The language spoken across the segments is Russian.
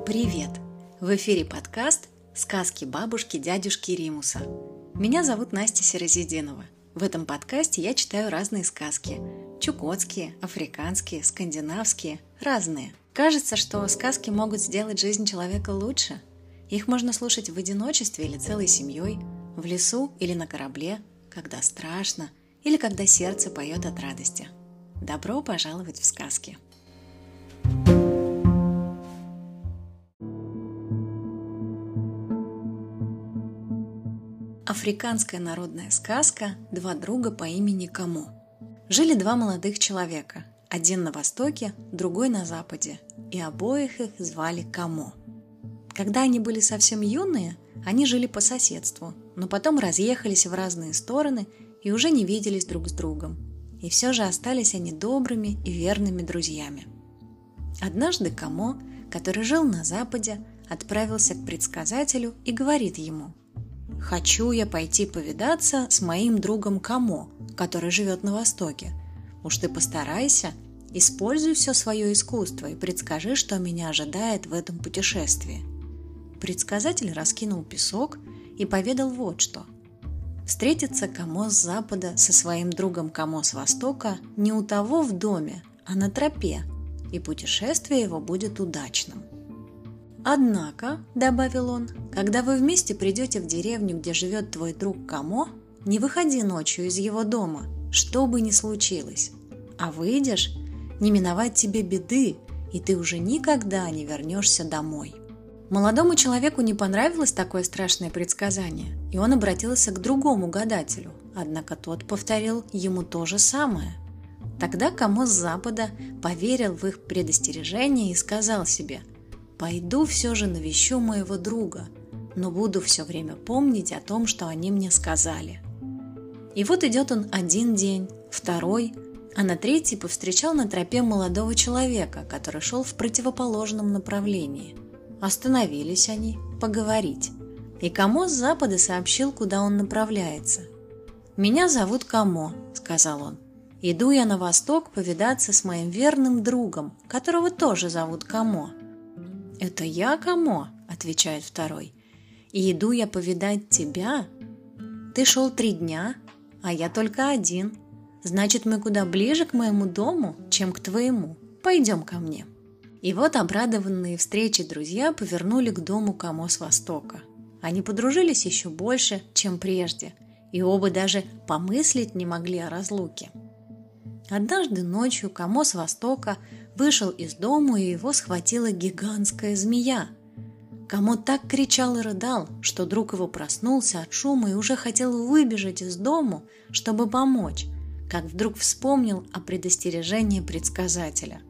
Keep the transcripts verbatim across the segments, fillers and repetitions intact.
Привет! В эфире подкаст «Сказки бабушки дядюшки Римуса». Меня зовут Настя Серозиденова. В этом подкасте я читаю разные сказки. Чукотские, африканские, скандинавские, разные. Кажется, что сказки могут сделать жизнь человека лучше. Их можно слушать в одиночестве или целой семьей, в лесу или на корабле, когда страшно или когда сердце поет от радости. Добро пожаловать в сказки! Африканская народная сказка «Два друга по имени Камо». Жили два молодых человека, один на востоке, другой на западе, и обоих их звали Камо. Когда они были совсем юные, они жили по соседству, но потом разъехались в разные стороны и уже не виделись друг с другом. И все же остались они добрыми и верными друзьями. Однажды Камо, который жил на западе, отправился к предсказателю и говорит ему: «Хочу я пойти повидаться с моим другом Камо, который живет на востоке. Уж ты постарайся, используй все свое искусство и предскажи, что меня ожидает в этом путешествии». Предсказатель раскинул песок и поведал вот что. Встретится Камо с запада со своим другом Камо с востока не у того в доме, а на тропе, и путешествие его будет удачным. «Однако, — добавил он, — когда вы вместе придете в деревню, где живет твой друг Камо, не выходи ночью из его дома, что бы ни случилось. А выйдешь, не миновать тебе беды, и ты уже никогда не вернешься домой». Молодому человеку не понравилось такое страшное предсказание, и он обратился к другому гадателю, однако тот повторил ему то же самое. Тогда Камо с запада поверил в их предостережение и сказал себе: «Пойду все же навещу моего друга, но буду все время помнить о том, что они мне сказали». И вот идет он один день, второй, а на третий повстречал на тропе молодого человека, который шел в противоположном направлении. Остановились они поговорить, и Камо с запада сообщил, куда он направляется. «Меня зовут Камо», — сказал он. «Иду я на восток повидаться с моим верным другом, которого тоже зовут Камо». «Это я, Камо», — отвечает второй, — «и иду я повидать тебя. Ты шел три дня, а я только один. Значит, мы куда ближе к моему дому, чем к твоему. Пойдем ко мне». И вот обрадованные встречи друзья повернули к дому Камо с востока. Они подружились еще больше, чем прежде, и оба даже помыслить не могли о разлуке. Однажды ночью Камо с востока вышел из дома, и его схватила гигантская змея. Камо так кричал и рыдал, что друг его проснулся от шума и уже хотел выбежать из дому, чтобы помочь, как вдруг вспомнил о предостережении предсказателя.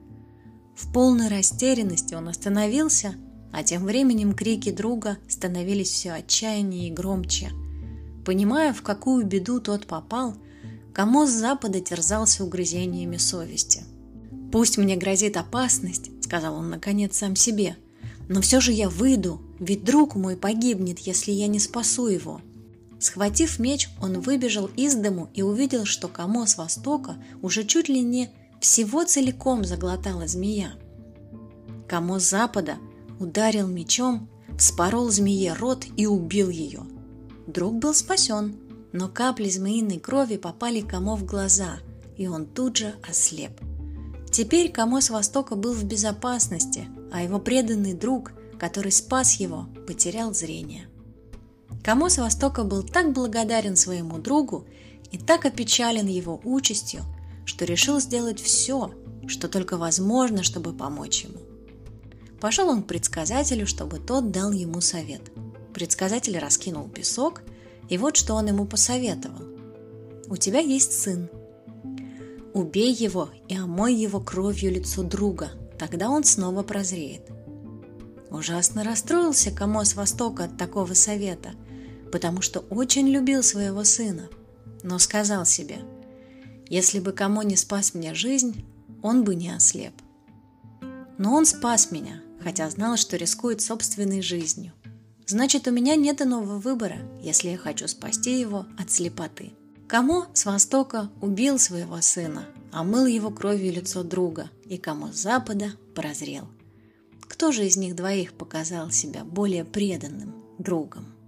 В полной растерянности он остановился, а тем временем крики друга становились все отчаяннее и громче. Понимая, в какую беду тот попал, Камо с запада терзался угрызениями совести. «Пусть мне грозит опасность, — сказал он наконец сам себе, — но все же я выйду, ведь друг мой погибнет, если я не спасу его». Схватив меч, он выбежал из дому и увидел, что Камо с востока уже чуть ли не всего целиком заглотала змея. Камо с запада ударил мечом, вспорол змее рот и убил ее. Друг был спасен, но капли змеиной крови попали Камо в глаза, и он тут же ослеп. Теперь Камо с востока был в безопасности, а его преданный друг, который спас его, потерял зрение. Камо с востока был так благодарен своему другу и так опечален его участью, что решил сделать все, что только возможно, чтобы помочь ему. Пошел он к предсказателю, чтобы тот дал ему совет. Предсказатель раскинул песок, и вот что он ему посоветовал. «У тебя есть сын. Убей его и омой его кровью лицо друга, тогда он снова прозреет». Ужасно расстроился Камо с востока от такого совета, потому что очень любил своего сына, но сказал себе: «Если бы Камо не спас мне жизнь, он бы не ослеп». Но он спас меня, хотя знал, что рискует собственной жизнью. Значит, у меня нет иного выбора, если я хочу спасти его от слепоты. Камо с востока убил своего сына, омыл его кровью лицо друга, и Камо с запада прозрел. Кто же из них двоих показал себя более преданным другом?